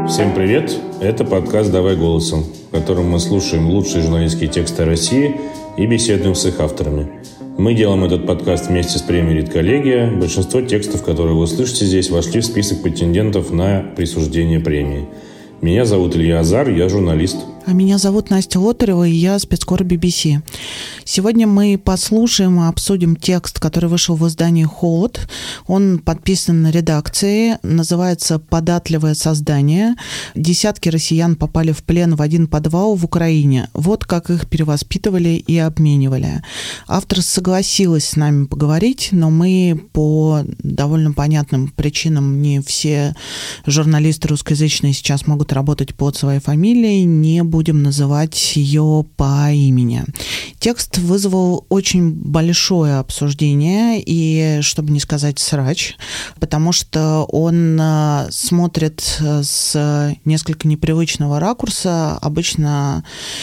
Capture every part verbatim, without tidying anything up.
Всем привет! Это подкаст «Давай голосом», в котором мы слушаем лучшие журналистские тексты России и беседуем с их авторами. Мы делаем этот подкаст вместе с премией «Редколлегия». Большинство текстов, которые вы услышите здесь, вошли в список претендентов на присуждение премии. Меня зовут Илья Азар, я журналист. А меня зовут Настя Лотарева, и я спецкор би би си. Сегодня мы послушаем и обсудим текст, который вышел в издании «Холод». Он подписан редакцией, называется «Податливое создание». Десятки россиян попали в плен в один подвал в Украине. Вот как их перевоспитывали и обменивали. Автор согласилась с нами поговорить, но мы по довольно понятным причинам, не все журналисты русскоязычные сейчас могут работать под своей фамилией, не будем будем называть ее по имени. Текст вызвал очень большое обсуждение и, чтобы не сказать срач, потому что он смотрит с несколько непривычного ракурса. Обычно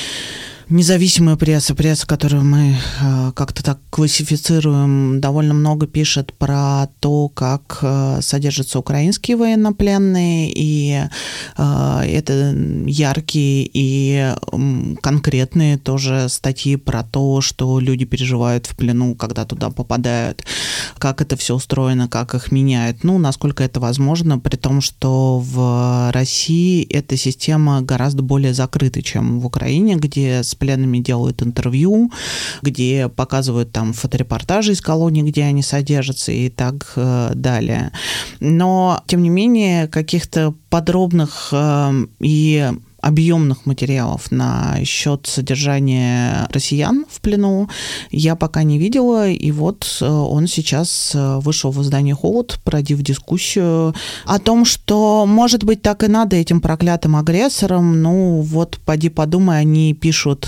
независимая пресса, пресса, которую мы э, как-то так классифицируем, довольно много пишет про то, как э, содержатся украинские военнопленные, и э, это яркие и э, конкретные тоже статьи про то, что люди переживают в плену, когда туда попадают, как это все устроено, как их меняют, ну, насколько это возможно, при том, что в России эта система гораздо более закрыта, чем в Украине, где с пленными делают интервью, где показывают там фоторепортажи из колоний, где они содержатся и так э, далее. Но, тем не менее, каких-то подробных э, и объемных материалов на счет содержания россиян в плену я пока не видела, и вот он сейчас вышел в издании «Холод», породив дискуссию о том, что, может быть, так и надо этим проклятым агрессорам, ну вот, поди подумай, они пишут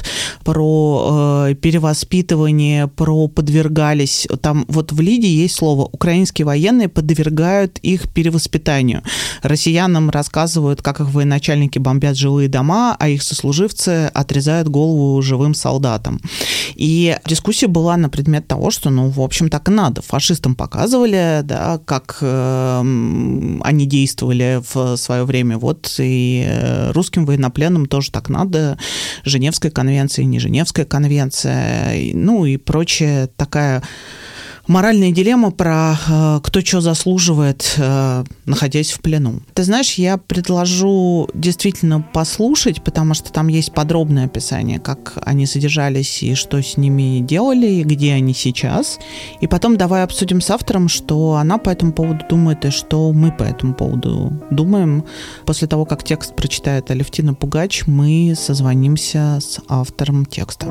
про э, перевоспитывание, про подвергались, там вот в Лиде есть слово, украинские военные подвергают их перевоспитанию. Россиянам рассказывают, как их военачальники бомбят жилые дома, а их сослуживцы отрезают голову живым солдатам. И дискуссия была на предмет того, что, ну, в общем, так и надо. Фашистам показывали, да, как э, они действовали в свое время. Вот и русским военнопленным тоже так надо. Женевская конвенция, не Женевская конвенция, ну и прочая такая моральная дилемма про э, кто что заслуживает, э, находясь в плену. Ты знаешь, я предложу действительно послушать, потому что там есть подробное описание, как они содержались и что с ними делали, и где они сейчас. И потом давай обсудим с автором, что она по этому поводу думает и что мы по этому поводу думаем. После того, как текст прочитает Алевтина Пугач, мы созвонимся с автором текста.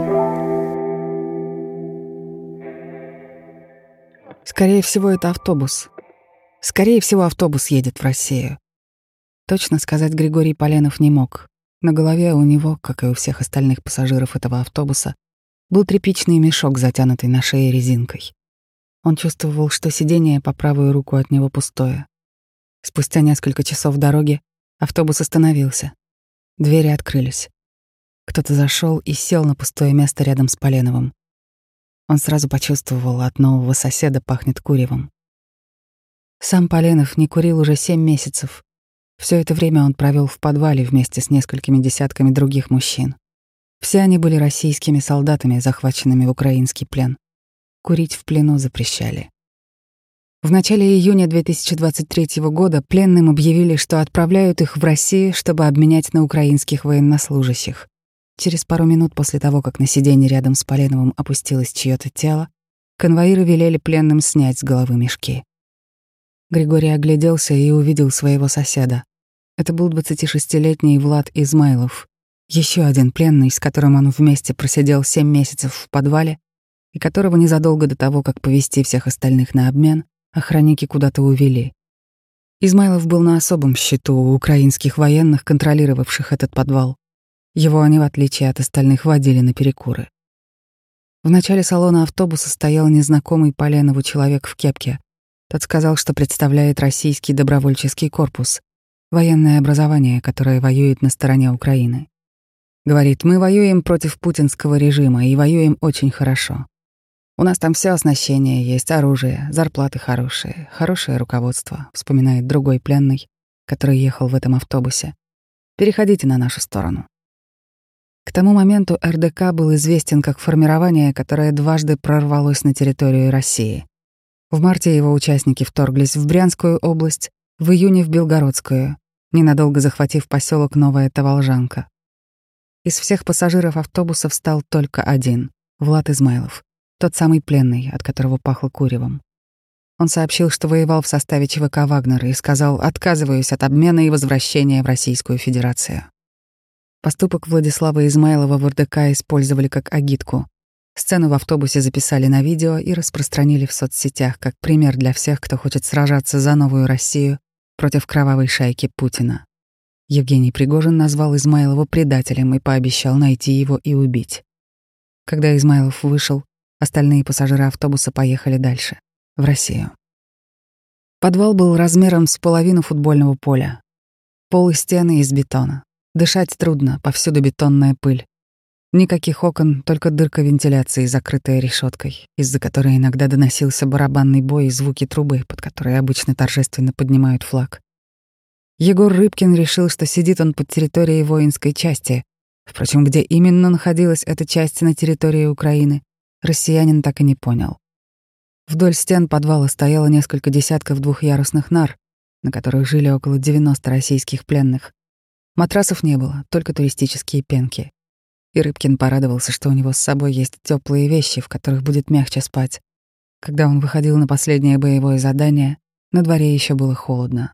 Скорее всего, это автобус. Скорее всего, автобус едет в Россию. Точно сказать Григорий Поленов не мог. На голове у него, как и у всех остальных пассажиров этого автобуса, был тряпичный мешок, затянутый на шее резинкой. Он чувствовал, что сиденье по правую руку от него пустое. Спустя несколько часов дороги автобус остановился. Двери открылись. Кто-то зашел и сел на пустое место рядом с Поленовым. Он сразу почувствовал, от нового соседа пахнет куревом. Сам Поленов не курил уже семь месяцев. Все это время он провел в подвале вместе с несколькими десятками других мужчин. Все они были российскими солдатами, захваченными в украинский плен. Курить в плену запрещали. В начале июня две тысячи двадцать третьего года пленным объявили, что отправляют их в Россию, чтобы обменять на украинских военнослужащих. Через пару минут после того, как на сиденье рядом с Поленовым опустилось чьё-то тело, конвоиры велели пленным снять с головы мешки. Григорий огляделся и увидел своего соседа. Это был двадцатишестилетний Влад Измайлов, еще один пленный, с которым он вместе просидел семь месяцев в подвале и которого незадолго до того, как повезти всех остальных на обмен, охранники куда-то увели. Измайлов был на особом счету у украинских военных, контролировавших этот подвал. Его они, в отличие от остальных, водили на перекуры. В начале салона автобуса стоял незнакомый Поленову человек в кепке. Тот сказал, что представляет российский добровольческий корпус, военное образование, которое воюет на стороне Украины. Говорит, мы воюем против путинского режима и воюем очень хорошо. У нас там все оснащение есть, оружие, зарплаты хорошие, хорошее руководство, вспоминает другой пленный, который ехал в этом автобусе. Переходите на нашу сторону». К тому моменту эр дэ ка был известен как формирование, которое дважды прорвалось на территорию России. В марте его участники вторглись в Брянскую область, в июне в Белгородскую, ненадолго захватив поселок Новая Таволжанка. Из всех пассажиров автобуса встал только один — Влад Измайлов, тот самый пленный, от которого пахло куревом. Он сообщил, что воевал в составе че вэ ка «Вагнер» и сказал: «Отказываюсь от обмена и возвращения в Российскую Федерацию». Поступок Владислава Измайлова в эр дэ ка использовали как агитку. Сцену в автобусе записали на видео и распространили в соцсетях как пример для всех, кто хочет сражаться за новую Россию против кровавой шайки Путина. Евгений Пригожин назвал Измайлова предателем и пообещал найти его и убить. Когда Измайлов вышел, остальные пассажиры автобуса поехали дальше, в Россию. Подвал был размером с половину футбольного поля. Пол и стены из бетона. Дышать трудно, повсюду бетонная пыль. Никаких окон, только дырка вентиляции, закрытая решеткой, из-за которой иногда доносился барабанный бой и звуки трубы, под которые обычно торжественно поднимают флаг. Егор Рыбкин решил, что сидит он под территорией воинской части. Впрочем, где именно находилась эта часть на территории Украины, россиянин так и не понял. Вдоль стен подвала стояло несколько десятков двухъярусных нар, на которых жили около девяноста российских пленных. Матрасов не было, только туристические пенки. И Рыбкин порадовался, что у него с собой есть теплые вещи, в которых будет мягче спать. Когда он выходил на последнее боевое задание, на дворе еще было холодно.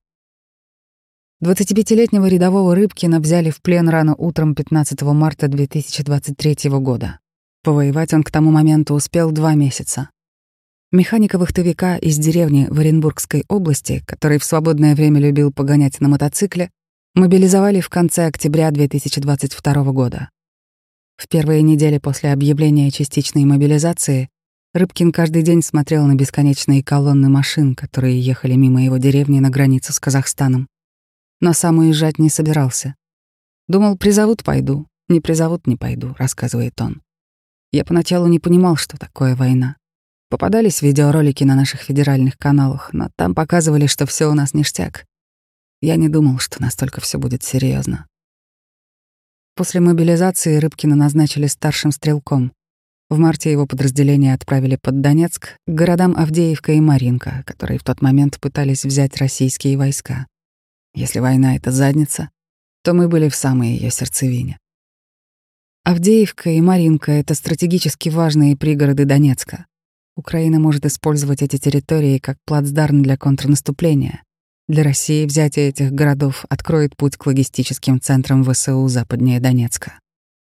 двадцатипятилетнего рядового Рыбкина взяли в плен рано утром пятнадцатого марта две тысячи двадцать третьего года. Повоевать он к тому моменту успел два месяца. Механика-вахтовика из деревни в Оренбургской области, который в свободное время любил погонять на мотоцикле, мобилизовали в конце октября две тысячи двадцать второго года. В первые недели после объявления частичной мобилизации Рыбкин каждый день смотрел на бесконечные колонны машин, которые ехали мимо его деревни на границе с Казахстаном. Но сам уезжать не собирался. «Думал, призовут — пойду, не призовут — не пойду», — рассказывает он. «Я поначалу не понимал, что такое война. Попадались видеоролики на наших федеральных каналах, но там показывали, что все у нас ништяк. Я не думал, что настолько все будет серьезно». После мобилизации Рыбкина назначили старшим стрелком. В марте его подразделение отправили под Донецк, к городам Авдеевка и Маринка, которые в тот момент пытались взять российские войска. Если война — это задница, то мы были в самой ее сердцевине. Авдеевка и Маринка — это стратегически важные пригороды Донецка. Украина может использовать эти территории как плацдарм для контрнаступления. Для России взятие этих городов откроет путь к логистическим центрам вэ эс у западнее Донецка.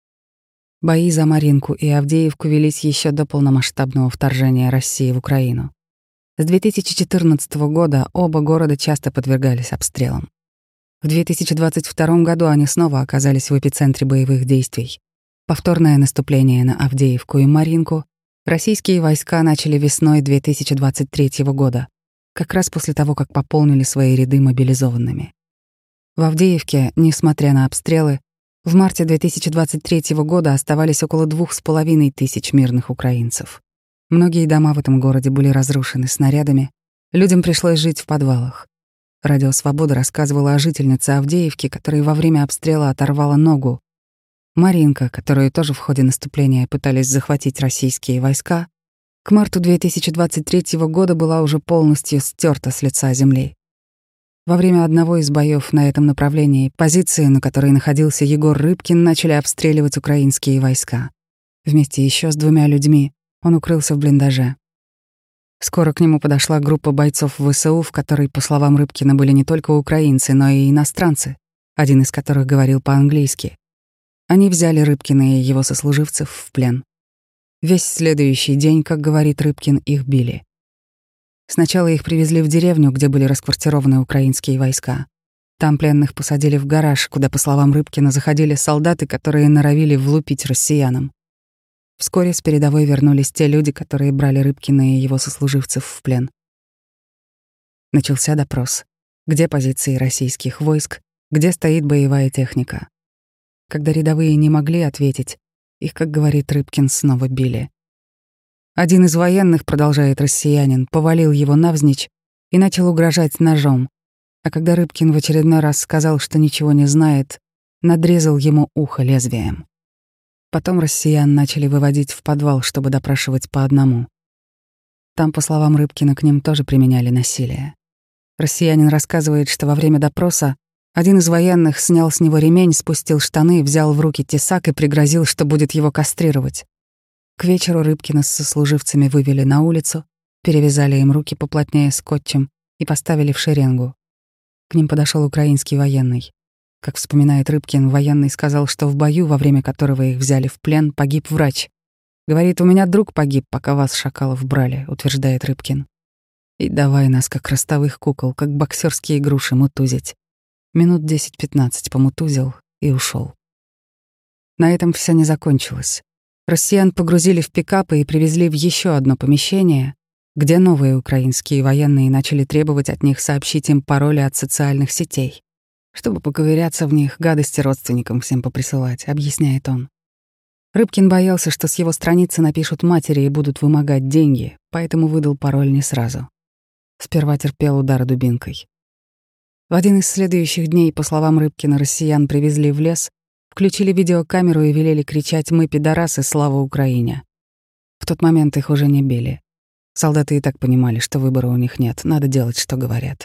Бои за Маринку и Авдеевку велись еще до полномасштабного вторжения России в Украину. С две тысячи четырнадцатого года оба города часто подвергались обстрелам. В две тысячи двадцать втором году они снова оказались в эпицентре боевых действий. Повторное наступление на Авдеевку и Маринку российские войска начали весной две тысячи двадцать третьего года, как раз после того, как пополнили свои ряды мобилизованными. В Авдеевке, несмотря на обстрелы, в марте две тысячи двадцать третьего года оставались около двух с половиной тысяч мирных украинцев. Многие дома в этом городе были разрушены снарядами, людям пришлось жить в подвалах. Радио «Свобода» рассказывала о жительнице Авдеевки, которой во время обстрела оторвала ногу. Маринка, которую тоже в ходе наступления пытались захватить российские войска, к марту две тысячи двадцать третьего года была уже полностью стерта с лица земли. Во время одного из боев на этом направлении позиции, на которой находился Егор Рыбкин, начали обстреливать украинские войска. Вместе еще с двумя людьми он укрылся в блиндаже. Скоро к нему подошла группа бойцов вэ эс у, в которой, по словам Рыбкина, были не только украинцы, но и иностранцы, один из которых говорил по-английски. Они взяли Рыбкина и его сослуживцев в плен. Весь следующий день, как говорит Рыбкин, их били. Сначала их привезли в деревню, где были расквартированы украинские войска. Там пленных посадили в гараж, куда, по словам Рыбкина, заходили солдаты, которые норовили влупить россиянам. Вскоре с передовой вернулись те люди, которые брали Рыбкина и его сослуживцев в плен. Начался допрос. Где позиции российских войск, где стоит боевая техника. Когда рядовые не могли ответить, их, как говорит Рыбкин, снова били. Один из военных, продолжает россиянин, повалил его навзничь и начал угрожать ножом. А когда Рыбкин в очередной раз сказал, что ничего не знает, надрезал ему ухо лезвием. Потом россиян начали выводить в подвал, чтобы допрашивать по одному. Там, по словам Рыбкина, к ним тоже применяли насилие. Россиянин рассказывает, что во время допроса один из военных снял с него ремень, спустил штаны, взял в руки тесак и пригрозил, что будет его кастрировать. К вечеру Рыбкина с сослуживцами вывели на улицу, перевязали им руки поплотнее скотчем и поставили в шеренгу. К ним подошел украинский военный. Как вспоминает Рыбкин, военный сказал, что в бою, во время которого их взяли в плен, погиб врач. «Говорит, у меня друг погиб, пока вас, шакалов, брали», — утверждает Рыбкин. «И давай нас, как ростовых кукол, как боксерские груши, мутузить». Минут десять-пятнадцать помутузил и ушел. На этом все не закончилось. Россиян погрузили в пикапы и привезли в еще одно помещение, где новые украинские военные начали требовать от них сообщить им пароли от социальных сетей, чтобы поковыряться в них, гадости родственникам всем поприсылать, объясняет он. Рыбкин боялся, что с его страницы напишут матери и будут вымогать деньги, поэтому выдал пароль не сразу. Сперва терпел удары дубинкой. В один из следующих дней, по словам Рыбкина, россиян привезли в лес, включили видеокамеру и велели кричать «Мы пидорасы, слава Украине!». В тот момент их уже не били. Солдаты и так понимали, что выбора у них нет, надо делать, что говорят.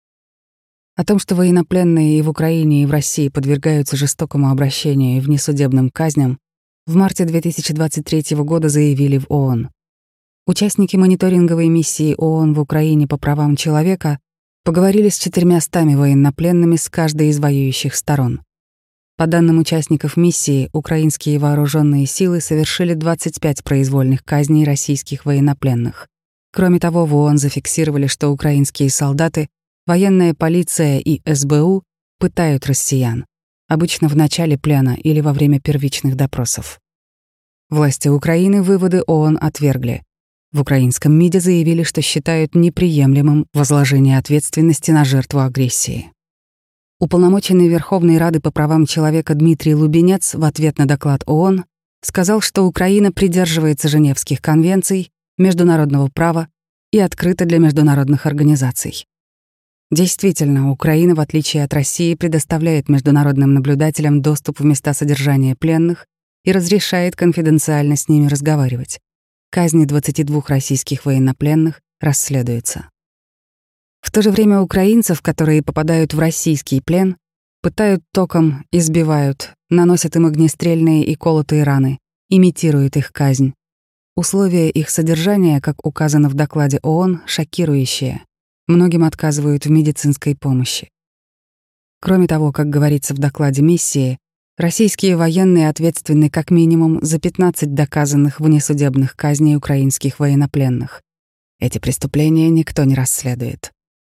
О том, что военнопленные и в Украине, и в России подвергаются жестокому обращению и внесудебным казням, в марте две тысячи двадцать третьего года заявили в ООН. Участники мониторинговой миссии ООН в Украине по правам человека поговорили с четырьмястами военнопленными с каждой из воюющих сторон. По данным участников миссии, украинские вооруженные силы совершили двадцать пять произвольных казней российских военнопленных. Кроме того, в ООН зафиксировали, что украинские солдаты, военная полиция и эс бэ у пытают россиян, обычно в начале плена или во время первичных допросов. Власти Украины выводы ООН отвергли. В украинском МИДе заявили, что считают неприемлемым возложение ответственности на жертву агрессии. Уполномоченный Верховной Рады по правам человека Дмитрий Лубенец в ответ на доклад ООН сказал, что Украина придерживается Женевских конвенций, международного права и открыта для международных организаций. Действительно, Украина, в отличие от России, предоставляет международным наблюдателям доступ в места содержания пленных и разрешает конфиденциально с ними разговаривать. Казни двадцати двух российских военнопленных расследуются. В то же время украинцев, которые попадают в российский плен, пытают током, избивают, наносят им огнестрельные и колотые раны, имитируют их казнь. Условия их содержания, как указано в докладе ООН, шокирующие. Многим отказывают в медицинской помощи. Кроме того, как говорится в докладе миссии, российские военные ответственны как минимум за пятнадцать доказанных внесудебных казней украинских военнопленных. Эти преступления никто не расследует.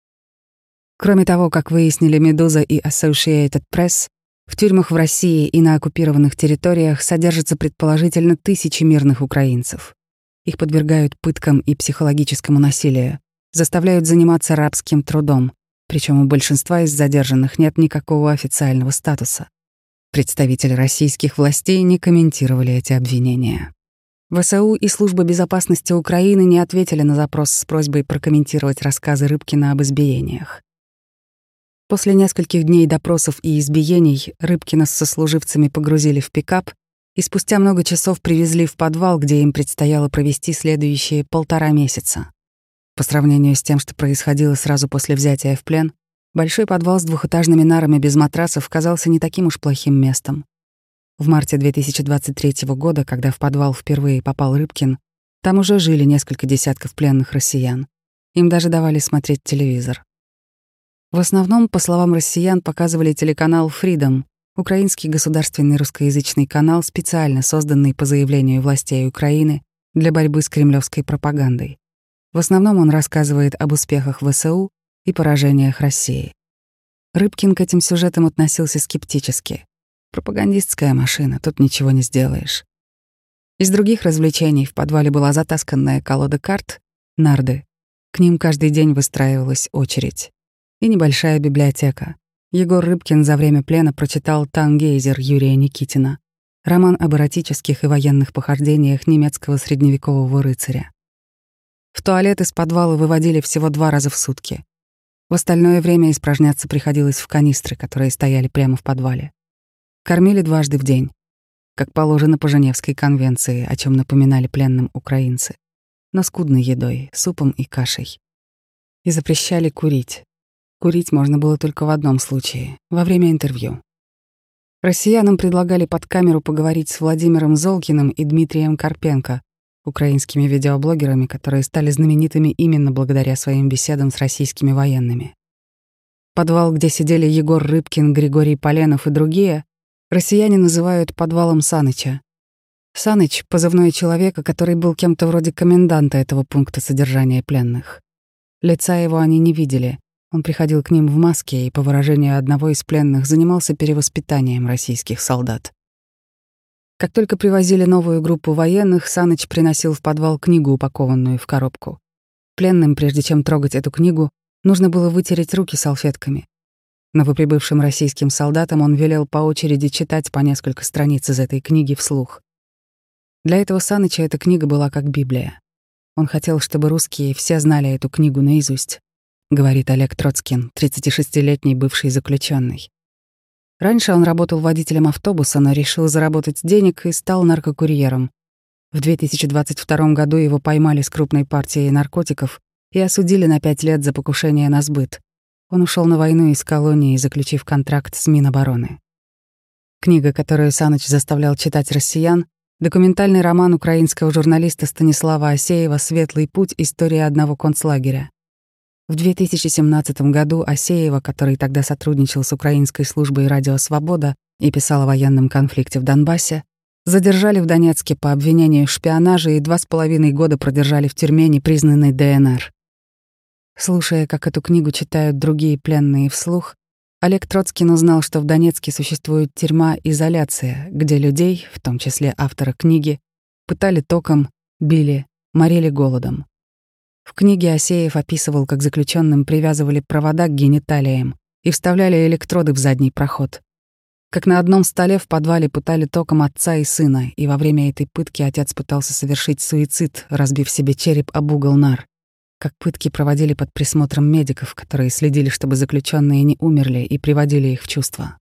Кроме того, как выяснили «Медуза» и Associated Press, в тюрьмах в России и на оккупированных территориях содержатся предположительно тысячи мирных украинцев. Их подвергают пыткам и психологическому насилию, заставляют заниматься рабским трудом, причем у большинства из задержанных нет никакого официального статуса. Представители российских властей не комментировали эти обвинения. вэ эс у и Служба безопасности Украины не ответили на запрос с просьбой прокомментировать рассказы Рыбкина об избиениях. После нескольких дней допросов и избиений Рыбкина с сослуживцами погрузили в пикап и спустя много часов привезли в подвал, где им предстояло провести следующие полтора месяца. По сравнению с тем, что происходило сразу после взятия в плен, большой подвал с двухэтажными нарами без матрасов казался не таким уж плохим местом. В марте две тысячи двадцать третьего года, когда в подвал впервые попал Рыбкин, там уже жили несколько десятков пленных россиян. Им даже давали смотреть телевизор. В основном, по словам россиян, показывали телеканал Freedom, украинский государственный русскоязычный канал, специально созданный по заявлению властей Украины для борьбы с кремлевской пропагандой. В основном он рассказывает об успехах вэ эс у и поражениях России. Рыбкин к этим сюжетам относился скептически. Пропагандистская машина, тут ничего не сделаешь. Из других развлечений в подвале была затасканная колода карт, нарды. К ним каждый день выстраивалась очередь. И небольшая библиотека. Егор Рыбкин за время плена прочитал «Тангейзер» Юрия Никитина, роман об эротических и военных похождениях немецкого средневекового рыцаря. В туалет из подвала выводили всего два раза в сутки. В остальное время испражняться приходилось в канистры, которые стояли прямо в подвале. Кормили дважды в день, как положено по Женевской конвенции, о чем напоминали пленным украинцы, но скудной едой, супом и кашей. И запрещали курить. Курить можно было только в одном случае — во время интервью. Россиянам предлагали под камеру поговорить с Владимиром Золкиным и Дмитрием Карпенко, украинскими видеоблогерами, которые стали знаменитыми именно благодаря своим беседам с российскими военными. Подвал, где сидели Егор Рыбкин, Григорий Поленов и другие, россияне называют подвалом Саныча. Саныч — позывной человека, который был кем-то вроде коменданта этого пункта содержания пленных. Лица его они не видели. Он приходил к ним в маске и, по выражению одного из пленных, занимался перевоспитанием российских солдат. Как только привозили новую группу военных, Саныч приносил в подвал книгу, упакованную в коробку. Пленным, прежде чем трогать эту книгу, нужно было вытереть руки салфетками. Новоприбывшим российским солдатам он велел по очереди читать по несколько страниц из этой книги вслух. Для этого Саныча эта книга была как Библия. Он хотел, чтобы русские все знали эту книгу наизусть, говорит Олег Троцкин, тридцатишестилетний бывший заключенный. Раньше он работал водителем автобуса, но решил заработать денег и стал наркокурьером. В две тысячи двадцать втором году его поймали с крупной партией наркотиков и осудили на пять лет за покушение на сбыт. Он ушел на войну из колонии, заключив контракт с Минобороны. Книга, которую Саныч заставлял читать россиян, документальный роман украинского журналиста Станислава Асеева «Светлый путь. История одного концлагеря». В две тысячи семнадцатом году Асеева, который тогда сотрудничал с украинской службой «Радио Свобода» и писал о военном конфликте в Донбассе, задержали в Донецке по обвинению в шпионаже и два с половиной года продержали в тюрьме непризнанной ДНР. Слушая, как эту книгу читают другие пленные вслух, Олег Троцкин узнал, что в Донецке существует тюрьма-изоляция, где людей, в том числе автора книги, пытали током, били, морили голодом. В книге Асеев описывал, как заключенным привязывали провода к гениталиям и вставляли электроды в задний проход. Как на одном столе в подвале пытали током отца и сына, и во время этой пытки отец пытался совершить суицид, разбив себе череп об угол нар. Как пытки проводили под присмотром медиков, которые следили, чтобы заключенные не умерли, и приводили их в чувство.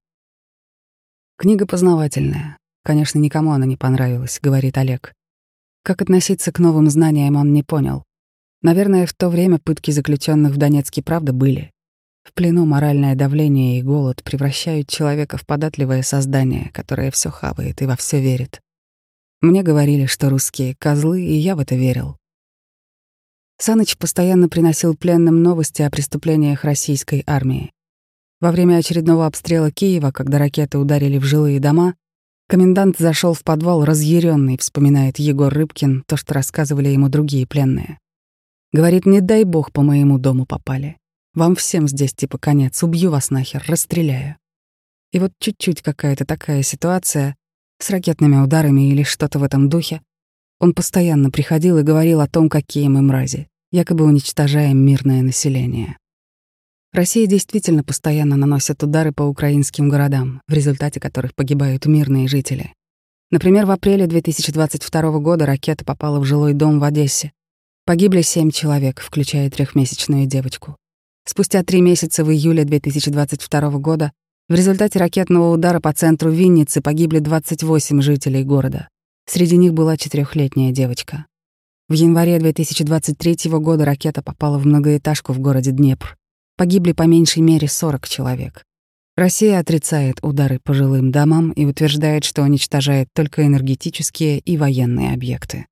Книга познавательная. Конечно, никому она не понравилась, говорит Олег. Как относиться к новым знаниям, он не понял. Наверное, в то время пытки заключенных в Донецке правда были. В плену моральное давление и голод превращают человека в податливое создание, которое все хавает и во все верит. Мне говорили, что русские — козлы, и я в это верил. Саныч постоянно приносил пленным новости о преступлениях российской армии. Во время очередного обстрела Киева, когда ракеты ударили в жилые дома, комендант зашел в подвал разъяренный, вспоминает Егор Рыбкин то, что рассказывали ему другие пленные. Говорит, не дай бог по моему дому попали. Вам всем здесь типа конец, убью вас нахер, расстреляю. И вот чуть-чуть какая-то такая ситуация с ракетными ударами или что-то в этом духе. Он постоянно приходил и говорил о том, какие мы мрази, якобы уничтожаем мирное население. Россия действительно постоянно наносит удары по украинским городам, в результате которых погибают мирные жители. Например, в апреле две тысячи двадцать второго года ракета попала в жилой дом в Одессе. Погибли семь человек, включая трехмесячную девочку. Спустя три месяца в июле две тысячи двадцать второго года в результате ракетного удара по центру Винницы погибли двадцать восемь жителей города. Среди них была четырехлетняя девочка. В январе две тысячи двадцать третьего года ракета попала в многоэтажку в городе Днепр. Погибли по меньшей мере сорок человек. Россия отрицает удары по жилым домам и утверждает, что уничтожает только энергетические и военные объекты.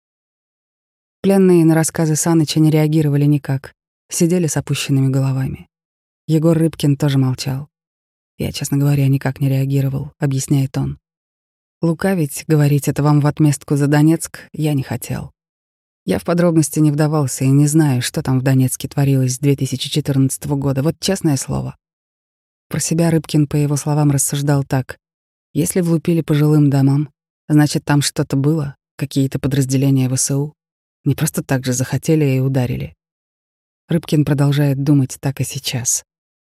Пленные на рассказы Саныча не реагировали никак, сидели с опущенными головами. Егор Рыбкин тоже молчал. Я, честно говоря, никак не реагировал, объясняет он. Лукавить, говорить это вам в отместку за Донецк, я не хотел. Я в подробности не вдавался и не знаю, что там в Донецке творилось с две тысячи четырнадцатого года, вот честное слово. Про себя Рыбкин, по его словам, рассуждал так. Если влупили по жилым домам, значит, там что-то было, какие-то подразделения ВСУ. Не просто так же захотели и ударили. Рыбкин продолжает думать так и сейчас.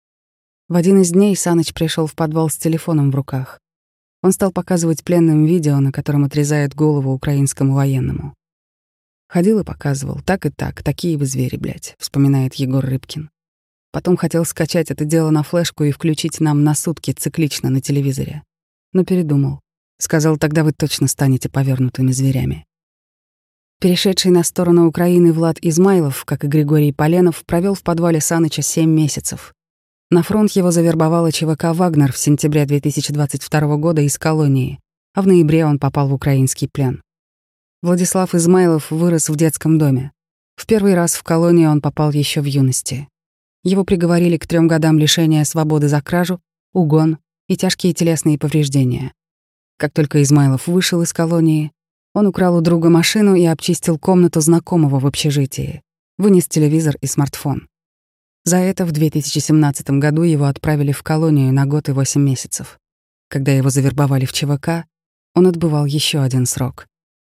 В один из дней Саныч пришел в подвал с телефоном в руках. Он стал показывать пленным видео, на котором отрезает голову украинскому военному. Ходил и показывал, так и так, такие вы звери, блядь, вспоминает Егор Рыбкин. Потом хотел скачать это дело на флешку и включить нам на сутки циклично на телевизоре. но передумал. Сказал, тогда вы точно станете повёрнутыми зверями. Перешедший на сторону Украины Влад Измайлов, как и Григорий Поленов, провел в подвале Саныча семь месяцев. На фронт его завербовала ЧВК «Вагнер» в сентябре две тысячи двадцать второго года из колонии, а в ноябре он попал в украинский плен. Владислав Измайлов вырос в детском доме. В первый раз в колонию он попал еще в юности. Его приговорили к трем годам лишения свободы за кражу, угон и тяжкие телесные повреждения. Как только Измайлов вышел из колонии, он украл у друга машину и обчистил комнату знакомого в общежитии, вынес телевизор и смартфон. За это в две тысячи семнадцатом году его отправили в колонию на год и восемь месяцев. Когда его завербовали в ЧВК, он отбывал еще один срок.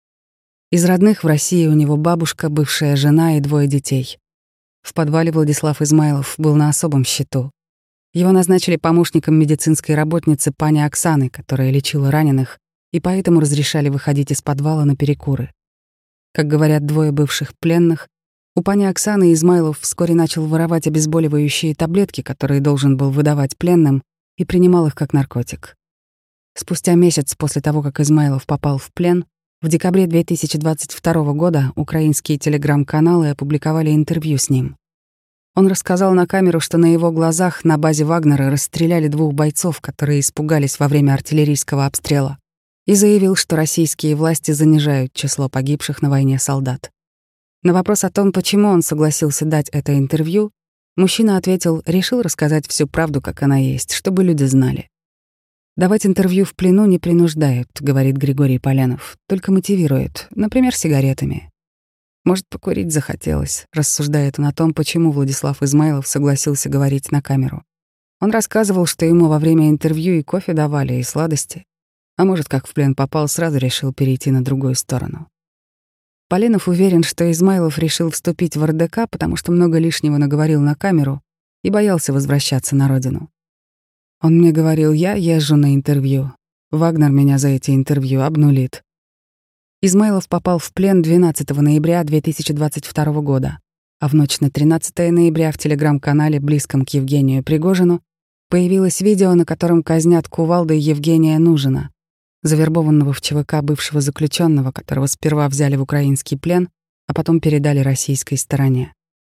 Из родных в России у него бабушка, бывшая жена и двое детей. В подвале Владислав Измайлов был на особом счету. Его назначили помощником медицинской работницы пани Оксаны, которая лечила раненых, и поэтому разрешали выходить из подвала на перекуры. Как говорят двое бывших пленных, у пани Оксаны Измайлов вскоре начал воровать обезболивающие таблетки, которые должен был выдавать пленным, и принимал их как наркотик. Спустя месяц после того, как Измайлов попал в плен, в декабре две тысячи двадцать второго года украинские телеграм-каналы опубликовали интервью с ним. Он рассказал на камеру, что на его глазах на базе Вагнера расстреляли двух бойцов, которые испугались во время артиллерийского обстрела, и заявил, что российские власти занижают число погибших на войне солдат. На вопрос о том, почему он согласился дать это интервью, мужчина ответил, решил рассказать всю правду, как она есть, чтобы люди знали. «Давать интервью в плену не принуждают», — говорит Григорий Поленов, «только мотивируют, например, сигаретами». «Может, покурить захотелось», — рассуждает он о том, почему Владислав Измайлов согласился говорить на камеру. Он рассказывал, что ему во время интервью и кофе давали, и сладости. А может, как в плен попал, сразу решил перейти на другую сторону. Поленов уверен, что Измайлов решил вступить в эр дэ ка, потому что много лишнего наговорил на камеру и боялся возвращаться на родину. Он мне говорил, я езжу на интервью. Вагнер меня за эти интервью обнулит. Измайлов попал в плен двенадцатого ноября две тысячи двадцать второго года, а в ночь на тринадцатое ноября в телеграм-канале, близком к Евгению Пригожину, появилось видео, на котором казнят кувалдой Евгения Нужина, завербованного в ЧВК бывшего заключенного, которого сперва взяли в украинский плен, а потом передали российской стороне.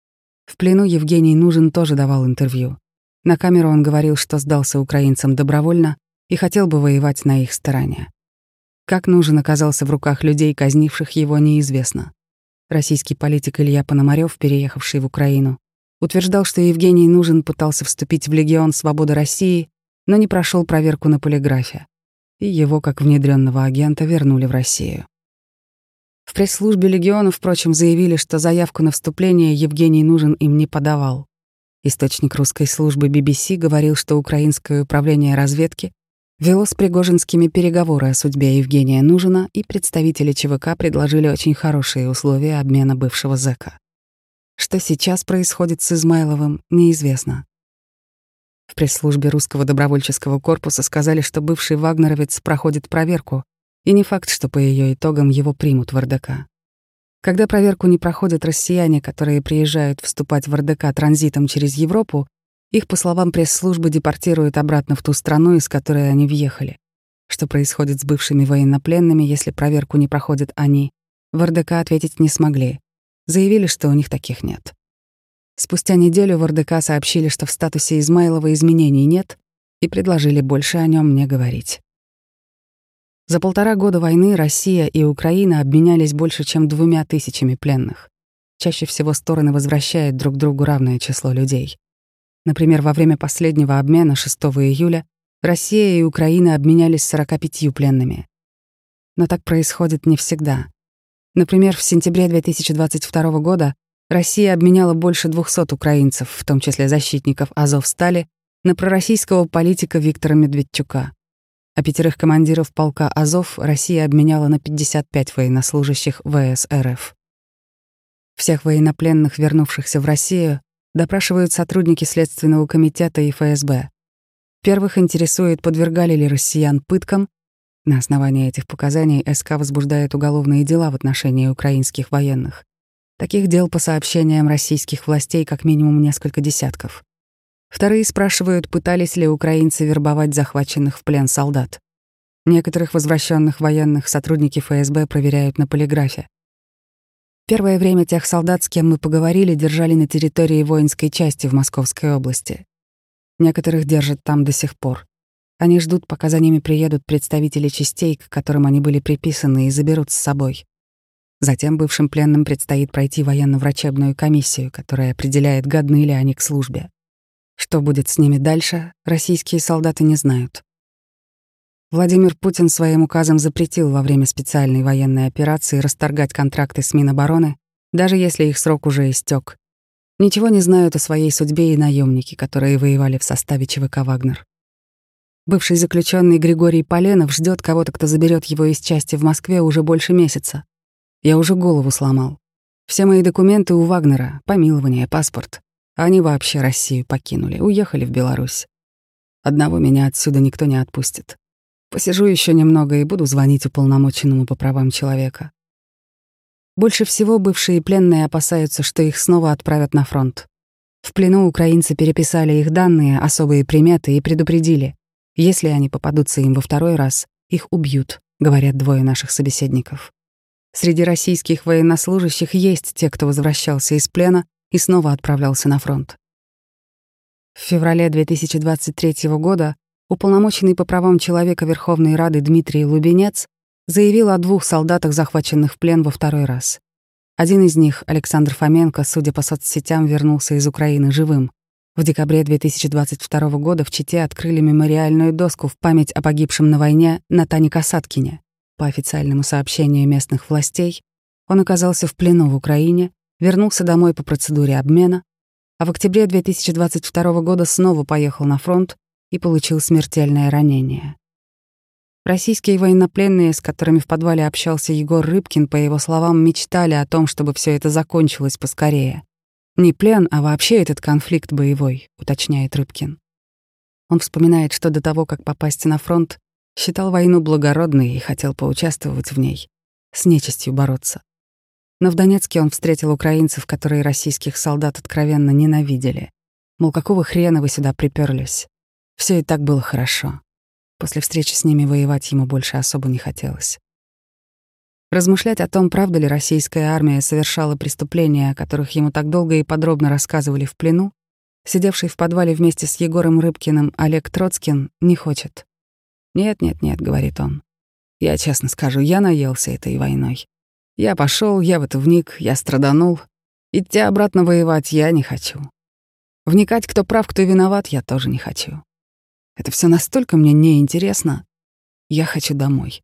В плену Евгений Нужин тоже давал интервью. На камеру он говорил, что сдался украинцам добровольно и хотел бы воевать на их стороне. Как Нужин оказался в руках людей, казнивших его, неизвестно. Российский политик Илья Пономарёв, переехавший в Украину, утверждал, что Евгений Нужин пытался вступить в Легион Свободы России, но не прошел проверку на полиграфе, и его, как внедренного агента, вернули в Россию. В пресс-службе Легиона, впрочем, заявили, что заявку на вступление Евгений Нужин им не подавал. Источник русской службы би би си говорил, что украинское управление разведки вело с пригожинскими переговоры о судьбе Евгения Нужина, и представители ЧВК предложили очень хорошие условия обмена бывшего зэка. Что сейчас происходит с Измайловым, неизвестно. В пресс-службе русского добровольческого корпуса сказали, что бывший вагнеровец проходит проверку, и не факт, что по ее итогам его примут в эр дэ ка. Когда проверку не проходят россияне, которые приезжают вступать в эр дэ ка транзитом через Европу, их, по словам пресс-службы, депортируют обратно в ту страну, из которой они въехали. Что происходит с бывшими военнопленными, если проверку не проходят они, в эр дэ ка ответить не смогли. Заявили, что у них таких нет. Спустя неделю в эр дэ ка сообщили, что в статусе Измайлова изменений нет, и предложили больше о нем не говорить. За полтора года войны Россия и Украина обменялись больше, чем двумя тысячами пленных. Чаще всего стороны возвращают друг другу равное число людей. Например, во время последнего обмена шестого июля Россия и Украина обменялись сороками пятью пленными. Но так происходит не всегда. Например, в сентябре две тысячи двадцать второго года Россия обменяла больше двухсот украинцев, в том числе защитников Азовстали, на пророссийского политика Виктора Медведчука. А пятерых командиров полка Азов Россия обменяла на пятьдесят пять военнослужащих вэ эс эр эф. Всех военнопленных, вернувшихся в Россию, допрашивают сотрудники Следственного комитета и эф эс бэ. Первых интересует, подвергали ли россиян пыткам. На основании этих показаний эс ка возбуждает уголовные дела в отношении украинских военных. Таких дел, по сообщениям российских властей, как минимум несколько десятков. Вторые спрашивают, пытались ли украинцы вербовать захваченных в плен солдат. Некоторых возвращенных военных сотрудники эф эс бэ проверяют на полиграфе. Первое время тех солдат, с кем мы поговорили, держали на территории воинской части в Московской области. Некоторых держат там до сих пор. Они ждут, пока за ними приедут представители частей, к которым они были приписаны, и заберут с собой. Затем бывшим пленным предстоит пройти военно-врачебную комиссию, которая определяет, годны ли они к службе. Что будет с ними дальше, российские солдаты не знают. Владимир Путин своим указом запретил во время специальной военной операции расторгать контракты с Минобороны, даже если их срок уже истек. Ничего не знают о своей судьбе и наемники, которые воевали в составе ЧВК «Вагнер». Бывший заключенный Григорий Поленов ждет кого-то, кто заберет его из части в Москве уже больше месяца. Я уже голову сломал. Все мои документы у Вагнера, помилование, паспорт. Они вообще Россию покинули, уехали в Беларусь. Одного меня отсюда никто не отпустит. Посижу еще немного и буду звонить уполномоченному по правам человека. Больше всего бывшие пленные опасаются, что их снова отправят на фронт. В плену украинцы переписали их данные, особые приметы и предупредили. Если они попадутся им во второй раз, их убьют, говорят двое наших собеседников. Среди российских военнослужащих есть те, кто возвращался из плена и снова отправлялся на фронт. В феврале две тысячи двадцать третьего года уполномоченный по правам человека Верховной Рады Дмитрий Лубенец заявил о двух солдатах, захваченных в плен во второй раз. Один из них, Александр Фоменко, судя по соцсетям, вернулся из Украины живым. В декабре две тысячи двадцать второго года в Чите открыли мемориальную доску в память о погибшем на войне Натане Касаткине. По официальному сообщению местных властей, он оказался в плену в Украине, вернулся домой по процедуре обмена, а в октябре две тысячи двадцать второго года снова поехал на фронт и получил смертельное ранение. Российские военнопленные, с которыми в подвале общался Егор Рыбкин, по его словам, мечтали о том, чтобы все это закончилось поскорее. Не плен, а вообще этот конфликт боевой, уточняет Рыбкин. Он вспоминает, что до того, как попасть на фронт, считал войну благородной и хотел поучаствовать в ней, с нечистью бороться. Но в Донецке он встретил украинцев, которые российских солдат откровенно ненавидели. Мол, какого хрена вы сюда приперлись? Все и так было хорошо. После встречи с ними воевать ему больше особо не хотелось. Размышлять о том, правда ли российская армия совершала преступления, о которых ему так долго и подробно рассказывали в плену, сидевший в подвале вместе с Егором Рыбкиным Олег Троцкин не хочет. «Нет, нет, нет», — говорит он. «Я честно скажу, я наелся этой войной. Я пошел, я в это вник, я страданул. Идти обратно воевать я не хочу. Вникать, кто прав, кто виноват, я тоже не хочу. Это все настолько мне неинтересно. Я хочу домой».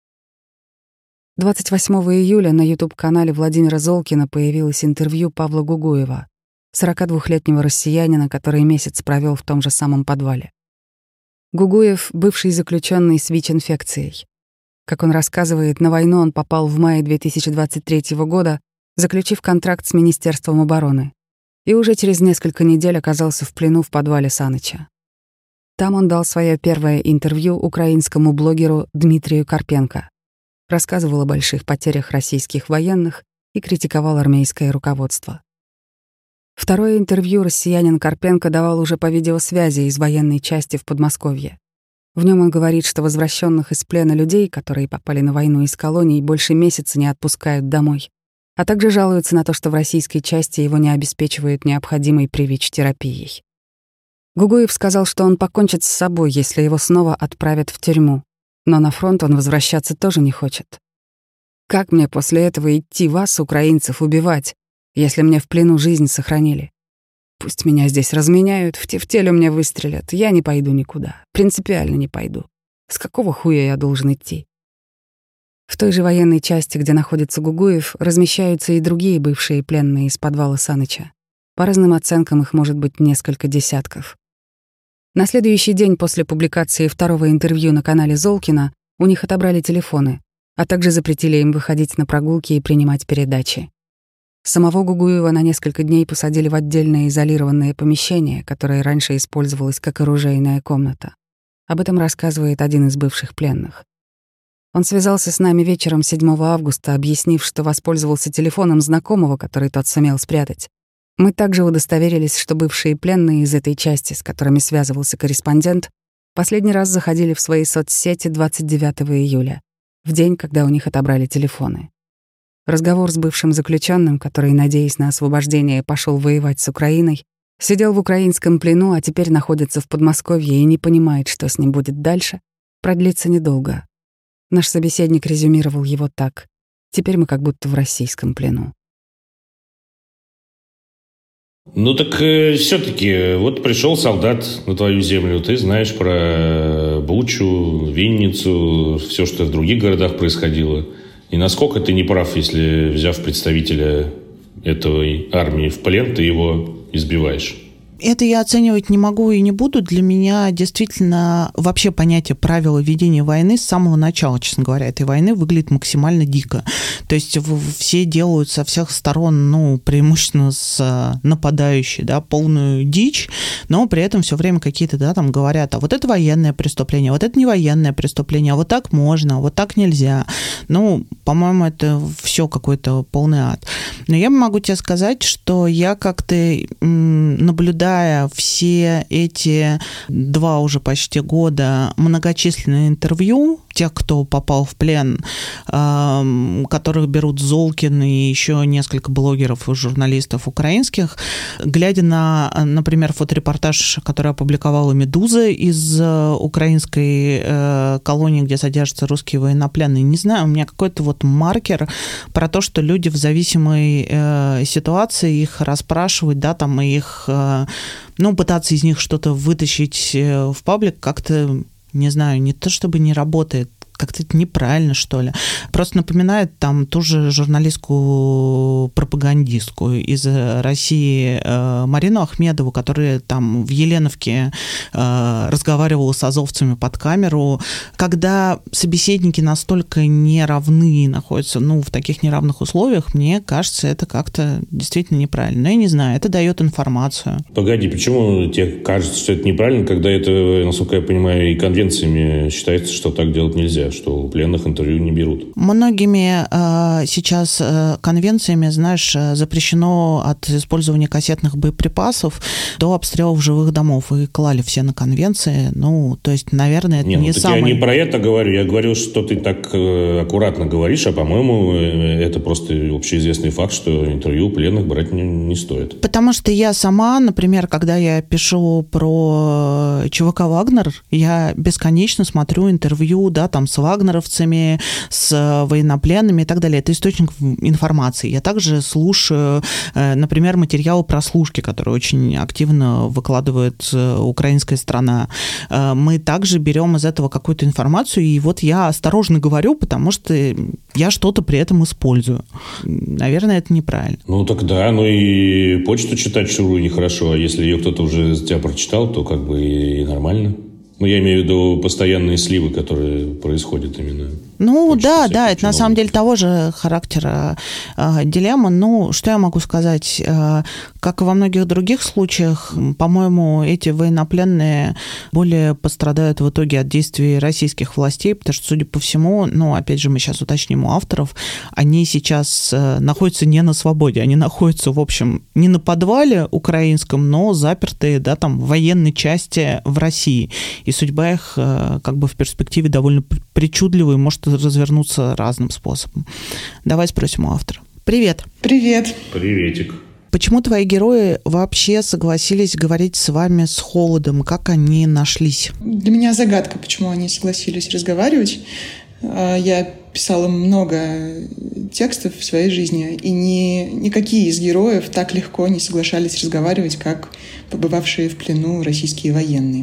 двадцать восьмого июля на ютуб-канале Владимира Золкина появилось интервью Павла Гугуева, сорокадвухлетнего россиянина, который месяц провел в том же самом подвале. Гугуев — бывший заключенный с ВИЧ-инфекцией. Как он рассказывает, на войну он попал в мае две тысячи двадцать третьего года, заключив контракт с Министерством обороны, и уже через несколько недель оказался в плену в подвале Саныча. Там он дал свое первое интервью украинскому блогеру Дмитрию Карпенко, рассказывал о больших потерях российских военных и критиковал армейское руководство. Второе интервью россиянин Карпенко давал уже по видеосвязи из военной части в Подмосковье. В нем он говорит, что возвращенных из плена людей, которые попали на войну из колоний, больше месяца не отпускают домой, а также жалуются на то, что в российской части его не обеспечивают необходимой при ВИЧ-терапией. Гугуев сказал, что он покончит с собой, если его снова отправят в тюрьму, но на фронт он возвращаться тоже не хочет. «Как мне после этого идти вас, украинцев, убивать, если мне в плену жизнь сохранили? Пусть меня здесь разменяют, в тефтелю мне выстрелят, я не пойду никуда, принципиально не пойду. С какого хуя я должен идти?» В той же военной части, где находится Гугуев, размещаются и другие бывшие пленные из подвала Саныча. По разным оценкам их может быть несколько десятков. На следующий день после публикации второго интервью на канале Золкина у них отобрали телефоны, а также запретили им выходить на прогулки и принимать передачи. Самого Гугуева на несколько дней посадили в отдельное изолированное помещение, которое раньше использовалось как оружейная комната. Об этом рассказывает один из бывших пленных. Он связался с нами вечером седьмого августа, объяснив, что воспользовался телефоном знакомого, который тот сумел спрятать. Мы также удостоверились, что бывшие пленные из этой части, с которыми связывался корреспондент, Последний раз заходили в свои соцсети двадцать девятого июля, в день, когда у них отобрали телефоны. Разговор с бывшим заключенным, который, надеясь на освобождение, пошел воевать с Украиной, сидел в украинском плену, а теперь находится в Подмосковье и не понимает, что с ним будет дальше, продлится недолго. Наш собеседник резюмировал его так: «Теперь мы как будто в российском плену». Ну так э, все-таки вот пришел солдат на твою землю, ты знаешь про Бучу, Винницу, все, что в других городах происходило. И насколько ты не прав, если, взяв представителя этой армии в плен, ты его избиваешь? Это я оценивать не могу и не буду. Для меня действительно вообще понятие правила ведения войны с самого начала, честно говоря, этой войны выглядит максимально дико. То есть все делают со всех сторон, ну, преимущественно с нападающей, да, полную дичь, но при этом все время какие-то, да, там говорят, а вот это военное преступление, вот это не военное преступление, а вот так можно, а вот так нельзя. Ну, по-моему, это все какой-то полный ад. Но я могу тебе сказать, что я как-то наблюдаю все эти два уже почти года многочисленные интервью тех, кто попал в плен, которых берут Золкин и еще несколько блогеров и журналистов украинских, глядя на, например, фоторепортаж, который опубликовала «Медуза» из украинской колонии, где содержатся русские военнопленные, не знаю, у меня какой-то вот маркер про то, что люди в зависимой ситуации, их расспрашивать, да, там, и их, ну, пытаться из них что-то вытащить в паблик как-то, не знаю, не то чтобы не работает, как-то это неправильно, что ли. Просто напоминает там ту же журналистку-пропагандистку из России Марину Ахмедову, которая там в Еленовке разговаривала с азовцами под камеру. Когда собеседники настолько неравны, находятся, ну, в таких неравных условиях, мне кажется, это как-то действительно неправильно. Но я не знаю, это дает информацию. Погоди, почему тебе кажется, что это неправильно, когда это, насколько я понимаю, и конвенциями считается, что так делать нельзя, что у пленных интервью не берут? Многими э, сейчас э, конвенциями, знаешь, запрещено от использования кассетных боеприпасов до обстрелов жилых домов. И клали все на конвенции. Ну, то есть, наверное, это не, не ну, самый... Я не про это говорю. Я говорю, что ты так э, аккуратно говоришь, а, по-моему, э, это просто общеизвестный факт, что интервью у пленных брать не, не стоит. Потому что я сама, например, когда я пишу про ЧВК «Вагнер», я бесконечно смотрю интервью, да, там, с вагнеровцами, с военнопленными и так далее. Это источник информации. Я также слушаю, например, материалы прослушки, которые очень активно выкладывает украинская сторона. Мы также берем из этого какую-то информацию, и вот я осторожно говорю, потому что я что-то при этом использую. Наверное, это неправильно. Ну, так да, ну и почту читать чужую нехорошо, а если ее кто-то уже за тебя прочитал, то как бы и нормально. Ну, я имею в виду постоянные сливы, которые происходят именно. Ну, да, да, это на самом деле того же характера э, дилемма. Ну, что я могу сказать? Э, как и во многих других случаях, по-моему, эти военнопленные более пострадают в итоге от действий российских властей, потому что, судя по всему, ну, опять же, мы сейчас уточним у авторов, они сейчас э, находятся не на свободе, они находятся, в общем, не на подвале украинском, но запертые, да, там, в военной части в России. И судьба их, э, как бы, в перспективе довольно причудливая, может развернуться разным способом. Давай спросим у автора. Привет. Привет. Приветик. Почему твои герои вообще согласились говорить с вами с Холодом? Как они нашлись? Для меня загадка, почему они согласились разговаривать. Я писала много текстов в своей жизни, и ни, никакие из героев так легко не соглашались разговаривать, как побывавшие в плену российские военные.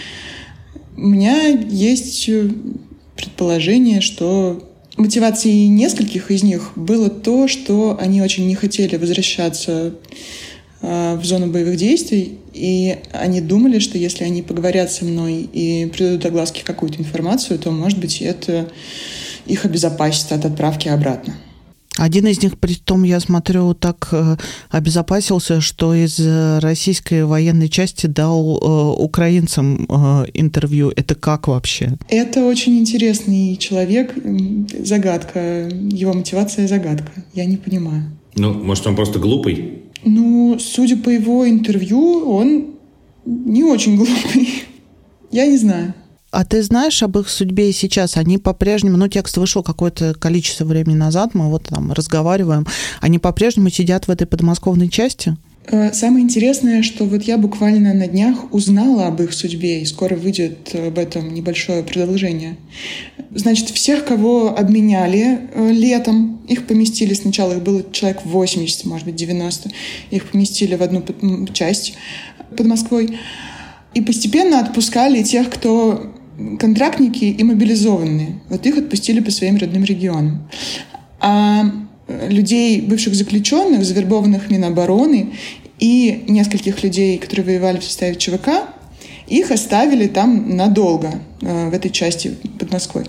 У меня есть предположение, что мотивацией нескольких из них было то, что они очень не хотели возвращаться в зону боевых действий, и они думали, что если они поговорят со мной и придадут огласке какую-то информацию, то, может быть, это их обезопасит от отправки обратно. Один из них, при том, я смотрю, так обезопасился, что из российской военной части дал э, украинцам э, интервью. Это как вообще? Это очень интересный человек. Загадка. Его мотивация — загадка. Я не понимаю. Ну, может, он просто глупый? Ну, судя по его интервью, он не очень глупый. Я не знаю. А ты знаешь об их судьбе сейчас? Они по-прежнему, ну, текст вышел какое-то количество времени назад, мы вот там разговариваем, они по-прежнему сидят в этой подмосковной части? Самое интересное, что вот я буквально на днях узнала об их судьбе, и скоро выйдет об этом небольшое продолжение. Значит, всех, кого обменяли летом, их поместили сначала, их было человек восемьдесят, может быть, девяносто, их поместили в одну часть под Москвой, и постепенно отпускали тех, кто контрактники и мобилизованные. Вот их отпустили по своим родным регионам. А людей, бывших заключенных, завербованных Минобороны, и нескольких людей, которые воевали в составе ЧВК, их оставили там надолго, в этой части под Москвой.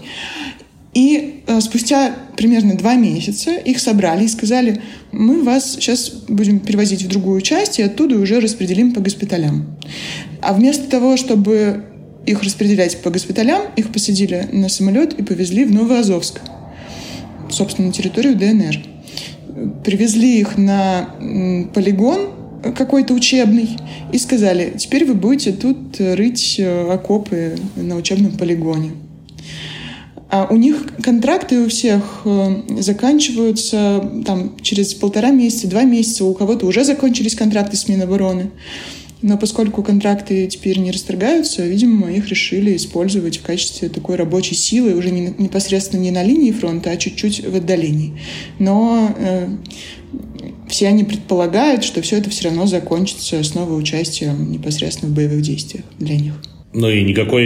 И спустя примерно два месяца их собрали и сказали: мы вас сейчас будем перевозить в другую часть, и оттуда уже распределим по госпиталям. А вместо того, чтобы их распределять по госпиталям, их посадили на самолет и повезли в Новоазовск, собственно, на территорию ДНР. Привезли их на полигон какой-то учебный и сказали: теперь вы будете тут рыть окопы на учебном полигоне. А у них контракты у всех заканчиваются там, через полтора месяца, два месяца. У кого-то уже закончились контракты с Минобороны. Но поскольку контракты теперь не расторгаются, видимо, их решили использовать в качестве такой рабочей силы уже не, непосредственно не на линии фронта, а чуть-чуть в отдалении. Но э, все они предполагают, что все это все равно закончится снова участием непосредственно в боевых действиях для них. Ну и никакой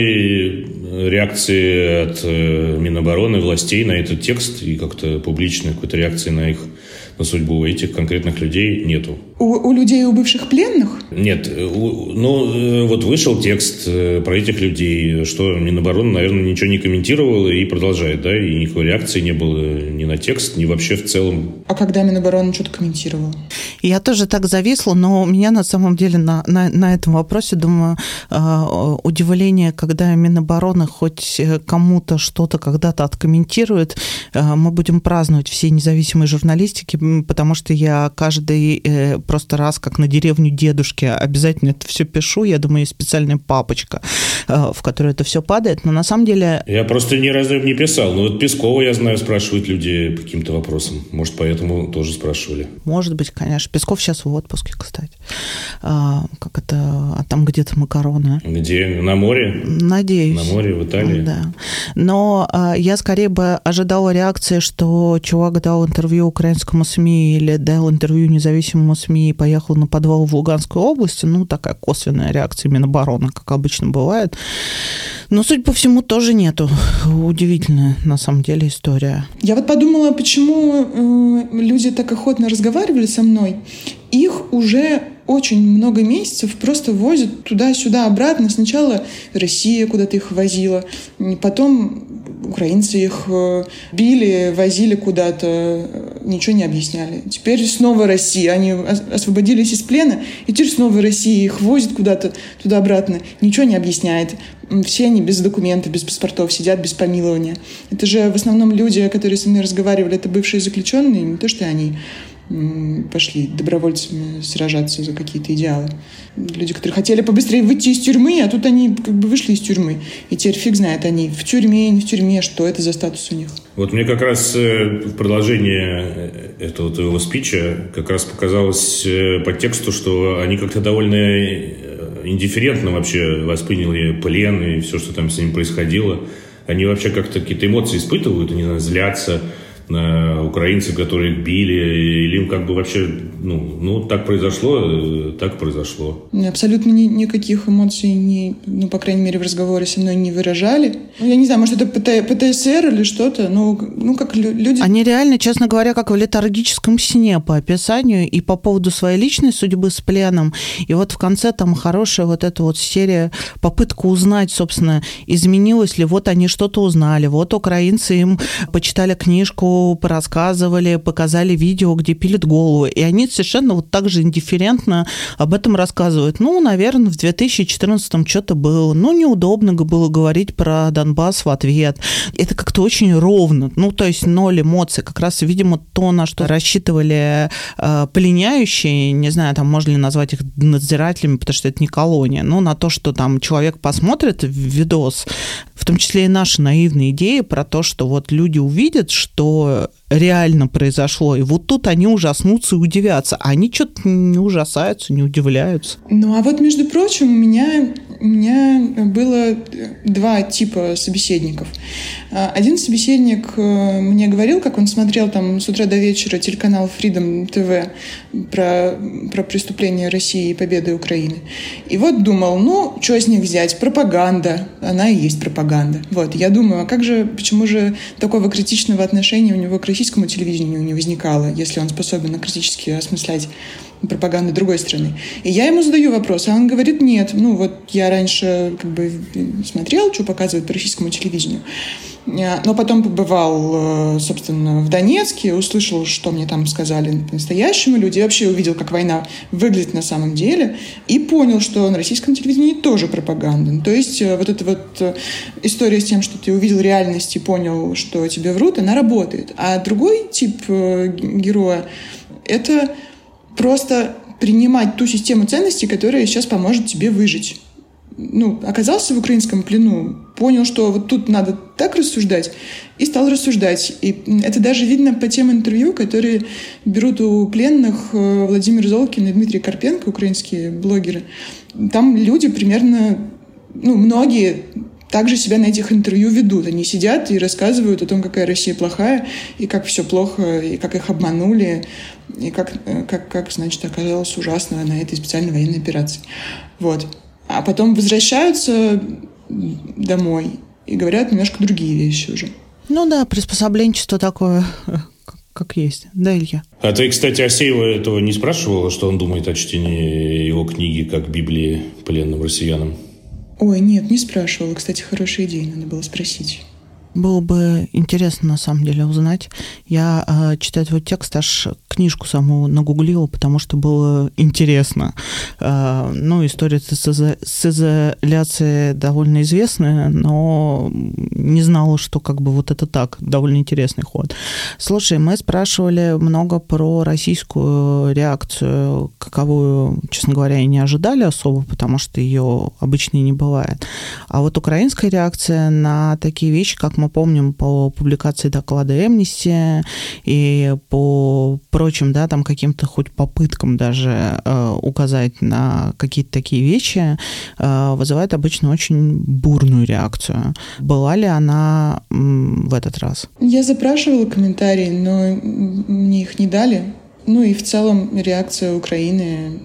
реакции от Минобороны, властей на этот текст и как-то публичной какой-то реакции на их на судьбу этих конкретных людей нету. У, у людей, у бывших пленных? Нет. У, ну, вот вышел текст про этих людей, что Минобороны, наверное, ничего не комментировала и продолжает, да? И никакой реакции не было ни на текст, ни вообще в целом. А когда Минобороны что-то комментировала? Я тоже так зависла, но у меня на самом деле на, на, на этом вопросе, думаю, удивление, когда Минобороны хоть кому-то что-то когда-то откомментирует, мы будем праздновать все независимые журналистики, потому что я каждый э, просто раз, как на деревню дедушки, обязательно это все пишу. Я думаю, есть специальная папочка, э, в которую это все падает. Но на самом деле... Я просто ни разу не писал. Но вот Пескова, я знаю, спрашивают люди по каким-то вопросам. Может, поэтому тоже спрашивали. Может быть, конечно. Песков сейчас в отпуске, кстати. А, как это... А там где-то макароны. Где? На море? Надеюсь. На море, в Италии? Да. Но а, я скорее бы ожидала реакции, что чувак дал интервью украинскому СМИ или дал интервью независимому СМИ и поехал на подвал в Луганской области. Ну, такая косвенная реакция Минобороны, как обычно бывает. Но, судя по всему, тоже нету. Удивительная, на самом деле, история. Я вот подумала, почему э, люди так охотно разговаривали со мной. Их уже очень много месяцев просто возят туда-сюда, обратно. Сначала Россия куда-то их возила, потом украинцы их били, возили куда-то, ничего не объясняли. Теперь снова Россия. Они освободились из плена, и теперь снова Россия их возит куда-то туда-обратно, ничего не объясняет. Все они без документов, без паспортов сидят, без помилования. Это же в основном люди, которые со мной разговаривали, это бывшие заключенные, не то что они пошли добровольцами сражаться за какие-то идеалы. Люди, которые хотели побыстрее выйти из тюрьмы, а тут они как бы вышли из тюрьмы. И теперь фиг знает, они в тюрьме, не в тюрьме, что это за статус у них. Вот мне как раз в продолжение этого твоего спича как раз показалось по тексту, что они как-то довольно индифферентно вообще восприняли плен и все, что там с ним происходило. Они вообще как-то какие-то эмоции испытывают, они, наверное, злятся на украинцев, которые их били, или им как бы вообще, ну, ну так произошло, так произошло. Абсолютно ни, никаких эмоций, не, ну, по крайней мере, в разговоре со мной не выражали. Ну, я не знаю, может, это ПТСР или что-то, но, ну, как люди... Они реально, честно говоря, как в летаргическом сне по описанию и по поводу своей личной судьбы с пленом. И вот в конце там хорошая вот эта вот серия, попытка узнать, собственно, изменилось ли, вот они что-то узнали, вот украинцы им почитали книжку, порассказывали, показали видео, где пилят голову. И они совершенно вот так же индифферентно об этом рассказывают. Ну, наверное, в две тысячи четырнадцатом что-то было. Ну, неудобно было говорить про Донбасс в ответ. Это как-то очень ровно. Ну, то есть ноль эмоций. Как раз, видимо, то, на что рассчитывали э, пленяющие, не знаю, там можно ли назвать их надзирателями, потому что это не колония, но на то, что там человек посмотрит видос, в том числе и наши наивные идеи про то, что вот люди увидят, что реально произошло, и вот тут они ужаснутся и удивятся, а они что-то не ужасаются, не удивляются. Ну, а вот, между прочим, у меня, у меня было два типа собеседников. Один собеседник мне говорил, как он смотрел там с утра до вечера телеканал Freedom ти ви про, про преступления России и победы Украины. И вот думал, ну, что с них взять? Пропаганда. Она и есть пропаганда. Вот, я думаю, а как же, почему же такого критичного отношения у него к российскому телевидению не возникало, если он способен критически осмыслять пропаганду другой страны. И я ему задаю вопрос, а он говорит, нет, ну вот я раньше как бы смотрел, что показывают по российскому телевидению, но потом побывал, собственно, в Донецке, услышал, что мне там сказали по-настоящему люди, и вообще увидел, как война выглядит на самом деле, и понял, что на российском телевидении тоже пропаганда. То есть вот эта вот история с тем, что ты увидел реальность и понял, что тебе врут, она работает. А другой тип героя — это просто принимать ту систему ценностей, которая сейчас поможет тебе выжить. Ну, оказался в украинском плену, понял, что вот тут надо так рассуждать, и стал рассуждать. И это даже видно по тем интервью, которые берут у пленных Владимир Золкин и Дмитрий Карпенко, украинские блогеры. Там люди примерно, ну, многие также себя на этих интервью ведут. Они сидят и рассказывают о том, какая Россия плохая, и как все плохо, и как их обманули, и как, как, как значит, оказалось ужасно на этой специальной военной операции. Вот. А потом возвращаются домой и говорят немножко другие вещи уже. Ну да, приспособленчество такое, как есть. Да, Илья? А ты, кстати, Асеева этого не спрашивала, что он думает о чтении его книги как Библии пленным россиянам? Ой, нет, не спрашивала. Кстати, хорошая идея, надо было спросить. Было бы интересно, на самом деле, узнать. Я, э, читая твой текст, аж книжку саму нагуглила, потому что было интересно. Э, ну, история с, изо... с изоляцией довольно известная, но не знала, что как бы вот это так, довольно интересный ход. Слушай, мы спрашивали много про российскую реакцию, каковую, честно говоря, и не ожидали особо, потому что ее обычно и не бывает. А вот украинская реакция на такие вещи, как мы помним по публикации доклада Amnesty и по прочим, да, там каким-то хоть попыткам даже э, указать на какие-то такие вещи, э, вызывает обычно очень бурную реакцию. Была ли она м, в этот раз? Я запрашивала комментарии, но мне их не дали. Ну и в целом реакция Украины,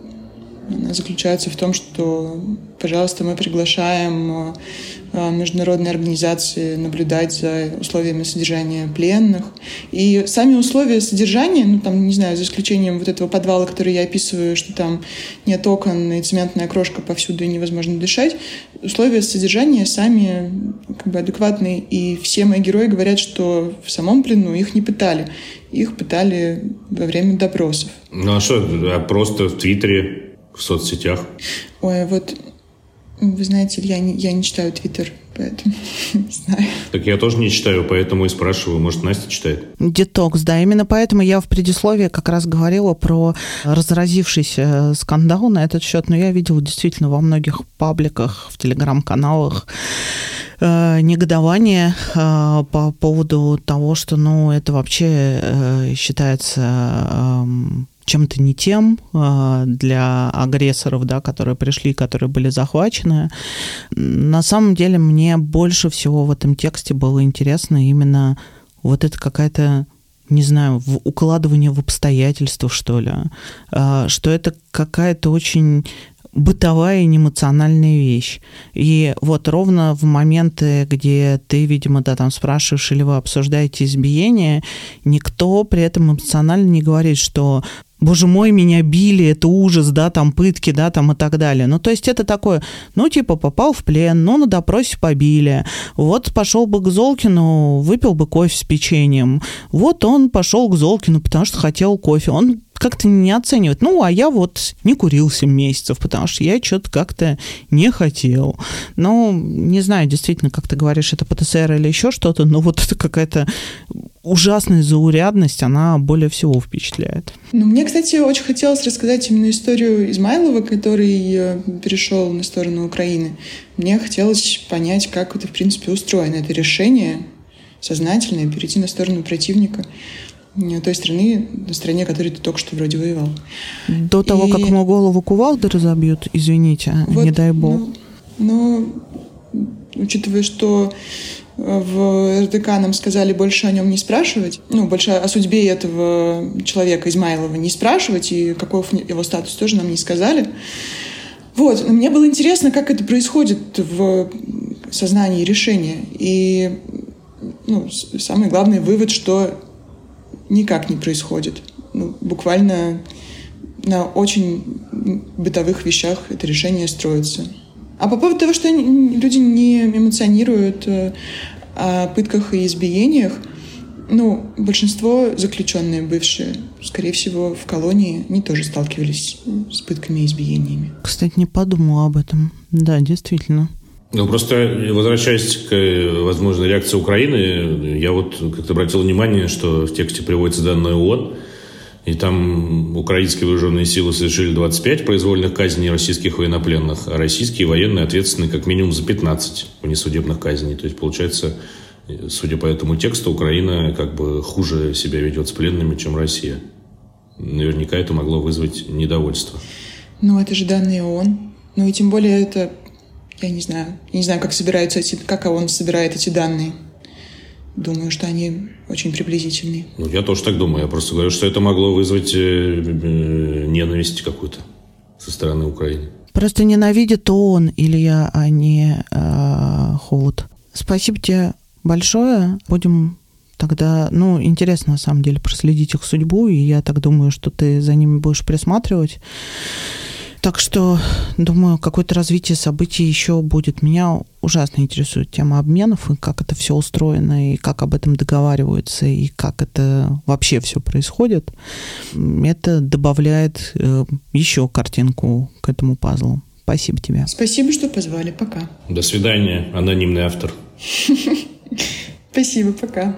она заключается в том, что, пожалуйста, мы приглашаем международные организации наблюдать за условиями содержания пленных. И сами условия содержания, ну там, не знаю, за исключением вот этого подвала, который я описываю, что там нет окон и цементная крошка повсюду и невозможно дышать, условия содержания сами как бы адекватные. И все мои герои говорят, что в самом плену их не пытали. Их пытали во время допросов. Ну а что, а просто в Твиттере, в соцсетях? Ой, вот... Вы знаете, я не, я не читаю Твиттер, поэтому не знаю. Так я тоже не читаю, поэтому и спрашиваю. Может, Настя читает? Детокс, да. Именно поэтому я в предисловии как раз говорила про разразившийся скандал на этот счет. Но я видела действительно во многих пабликах, в телеграм-каналах э, негодование э, по поводу того, что, ну, это вообще э, считается... Э, чем-то не тем для агрессоров, да, которые пришли, которые были захвачены. На самом деле мне больше всего в этом тексте было интересно именно вот это какая-то, не знаю, укладывание в обстоятельства, что ли, что это какая-то очень бытовая и неэмоциональная вещь. И вот ровно в моменты, где ты, видимо, да, там спрашиваешь или вы обсуждаете избиение, никто при этом эмоционально не говорит, что боже мой, меня били, это ужас, да, там пытки, да, там и так далее. Ну, то есть это такое, ну, типа, попал в плен, ну, на допросе побили, вот пошел бы к Золкину, выпил бы кофе с печеньем, вот он пошел к Золкину, потому что хотел кофе, он как-то не оценивают. Ну, а я вот не курил семь месяцев, потому что я что-то как-то не хотел. Ну, не знаю, действительно, как ты говоришь, это ПТСР или еще что-то, но вот это какая-то ужасная заурядность, она более всего впечатляет. Ну, мне, кстати, очень хотелось рассказать именно историю Измайлова, который перешел на сторону Украины. Мне хотелось понять, как это, в принципе, устроено. Это решение сознательное перейти на сторону противника той страны, на стране, которой ты только что вроде воевал. До того, И... как ему голову кувалды разобьют, извините, вот, не дай бог. Ну, ну, учитывая, что в эр дэ ка нам сказали больше о нем не спрашивать, ну, больше о судьбе этого человека, Измайлова, не спрашивать, и каков его статус тоже нам не сказали. Вот, но мне было интересно, как это происходит в сознании решения. И, ну, самый главный вывод, что никак не происходит. Ну, буквально на очень бытовых вещах это решение строится. А по поводу того, что люди не эмоционируют о пытках и избиениях, ну, большинство заключенные бывшие, скорее всего, в колонии, они тоже сталкивались с пытками и избиениями. Кстати, не подумала об этом. Да, действительно. Ну, просто, возвращаясь к возможной реакции Украины, я вот как-то обратил внимание, что в тексте приводятся данные ООН, и там украинские вооруженные силы совершили двадцать пять произвольных казней российских военнопленных, а российские военные ответственны как минимум за пятнадцать внесудебных казней. То есть, получается, судя по этому тексту, Украина как бы хуже себя ведет с пленными, чем Россия. Наверняка это могло вызвать недовольство. Ну, это же данные ООН. Ну, и тем более это, я не знаю, я не знаю, как собираются эти, как ООН собирает эти данные. Думаю, что они очень приблизительные. Ну, я тоже так думаю. Я просто говорю, что это могло вызвать ненависть какую-то со стороны Украины. Просто ненавидит ООН, Илья, а не э, Холод. Спасибо тебе большое. Будем тогда... Ну, интересно, на самом деле, проследить их судьбу, и я так думаю, что ты за ними будешь присматривать. Так что, думаю, какое-то развитие событий еще будет. Меня ужасно интересует тема обменов, и как это все устроено, и как об этом договариваются, и как это вообще все происходит. Это добавляет э, еще картинку к этому пазлу. Спасибо тебе. Спасибо, что позвали. Пока. До свидания, анонимный автор. Спасибо, пока.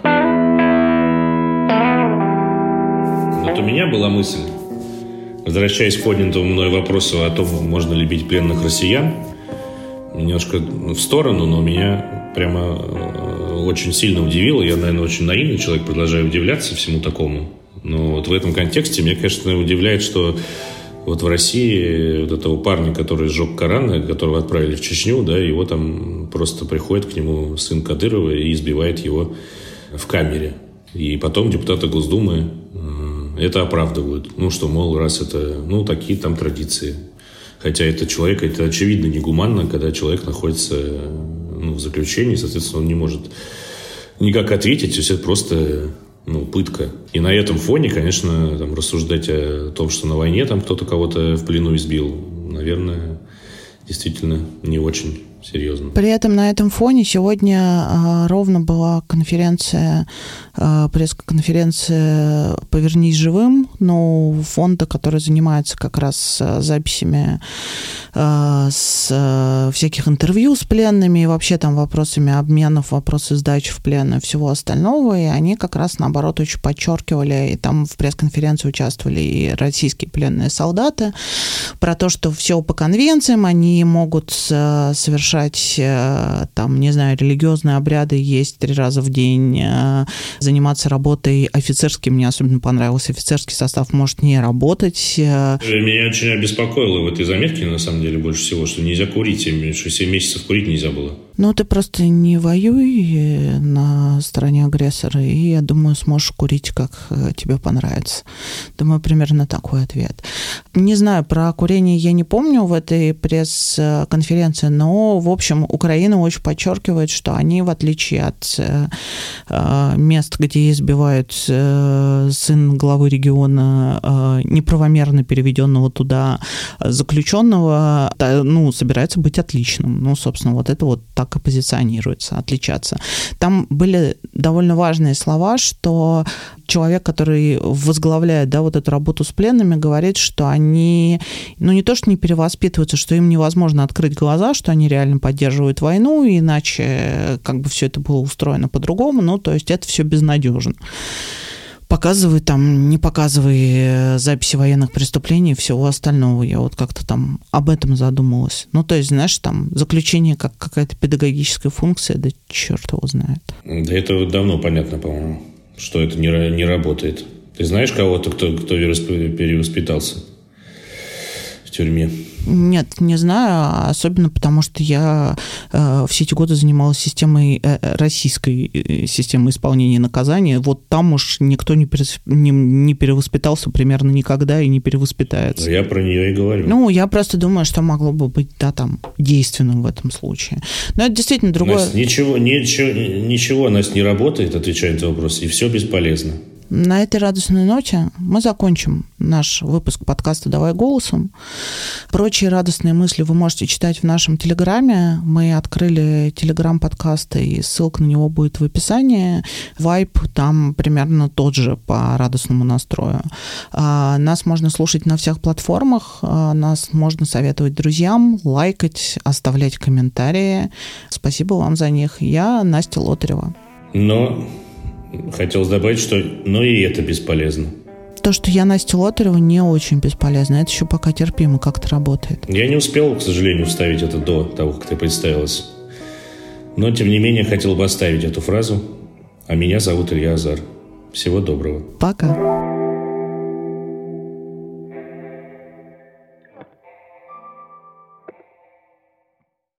Вот у меня была мысль, возвращаясь к поднятому мной вопросу о том, можно ли бить пленных россиян, немножко в сторону, но меня прямо очень сильно удивило. Я, наверное, очень наивный человек, продолжаю удивляться всему такому. Но вот в этом контексте меня, конечно, удивляет, что вот в России вот этого парня, который сжег Коран, которого отправили в Чечню, да, его там просто приходит к нему сын Кадырова и избивает его в камере. И потом депутаты Госдумы это оправдывают. Ну, что, мол, раз это, ну, такие там традиции. Хотя это человек, это очевидно негуманно, когда человек находится, ну, в заключении, соответственно, он не может никак ответить, то есть это просто, ну, пытка. И на этом фоне, конечно, там, рассуждать о том, что на войне там кто-то кого-то в плену избил, наверное, действительно не очень серьезно. При этом на этом фоне сегодня а, ровно была конференция, а, пресс-конференция «Повернись живым», ну, фонда, который занимается как раз записями а, с а, всяких интервью с пленными и вообще там вопросами обменов, вопросы сдачи в плен и всего остального, и они как раз, наоборот, очень подчеркивали, и там в пресс-конференции участвовали и российские пленные солдаты, про то, что все по конвенциям, они могут совершать там, не знаю, религиозные обряды, есть три раза в день, заниматься работой офицерским. Мне особенно понравился офицерский состав, может не работать. Меня очень обеспокоило в этой заметке, на самом деле, больше всего, что нельзя курить, что семь месяцев курить нельзя было. Ну, ты просто не воюй на стороне агрессора, и, я думаю, сможешь курить, как тебе понравится. Думаю, примерно такой ответ. Не знаю, про курение я не помню в этой пресс-конференции, но, в общем, Украина очень подчеркивает, что они, в отличие от э, мест, где избивают э, сын главы региона, э, неправомерно переведенного туда заключенного, да, ну, собираются быть отличным. Ну, собственно, вот это вот та так и позиционируется, отличаться. Там были довольно важные слова, что человек, который возглавляет, да, вот эту работу с пленными, говорит, что они, ну, не то, что не перевоспитываются, что им невозможно открыть глаза, что они реально поддерживают войну, иначе как бы все это было устроено по-другому, ну, то есть это все безнадежно. Показывай там, не показывай записи военных преступлений и всего остального. Я вот как-то там об этом задумалась. Ну, то есть, знаешь, там заключение как какая-то педагогическая функция, да черт его знает. Да это давно понятно, по-моему, что это не, не работает. Ты знаешь кого-то, кто, кто перевоспитался в тюрьме? Нет, не знаю, особенно потому, что я э, все эти годы занималась системой, э, российской э, системой исполнения наказания. Вот там уж никто не, перес, не, не перевоспитался примерно никогда и не перевоспитается. Я про нее и говорю. Ну, я просто думаю, что могло бы быть, да, там, действенным в этом случае. Но это действительно другое... Настя, ничего, ничего, ничего, Настя, не работает, отвечает на вопрос, и все бесполезно. На этой радостной ноте мы закончим наш выпуск подкаста «Давай голосом». Прочие радостные мысли вы можете читать в нашем Телеграме. Мы открыли Телеграм-подкаста, и ссылка на него будет в описании. Вайб там примерно тот же по радостному настрою. Нас можно слушать на всех платформах, нас можно советовать друзьям, лайкать, оставлять комментарии. Спасибо вам за них. Я Настя Лотарева. Но... Хотелось добавить, что но и это бесполезно. То, что я Настя Лотарева, не очень бесполезно. Это еще пока терпимо как-то работает. Я не успел, к сожалению, вставить это до того, как ты представилась. Но, тем не менее, хотел бы оставить эту фразу. А меня зовут Илья Азар. Всего доброго. Пока.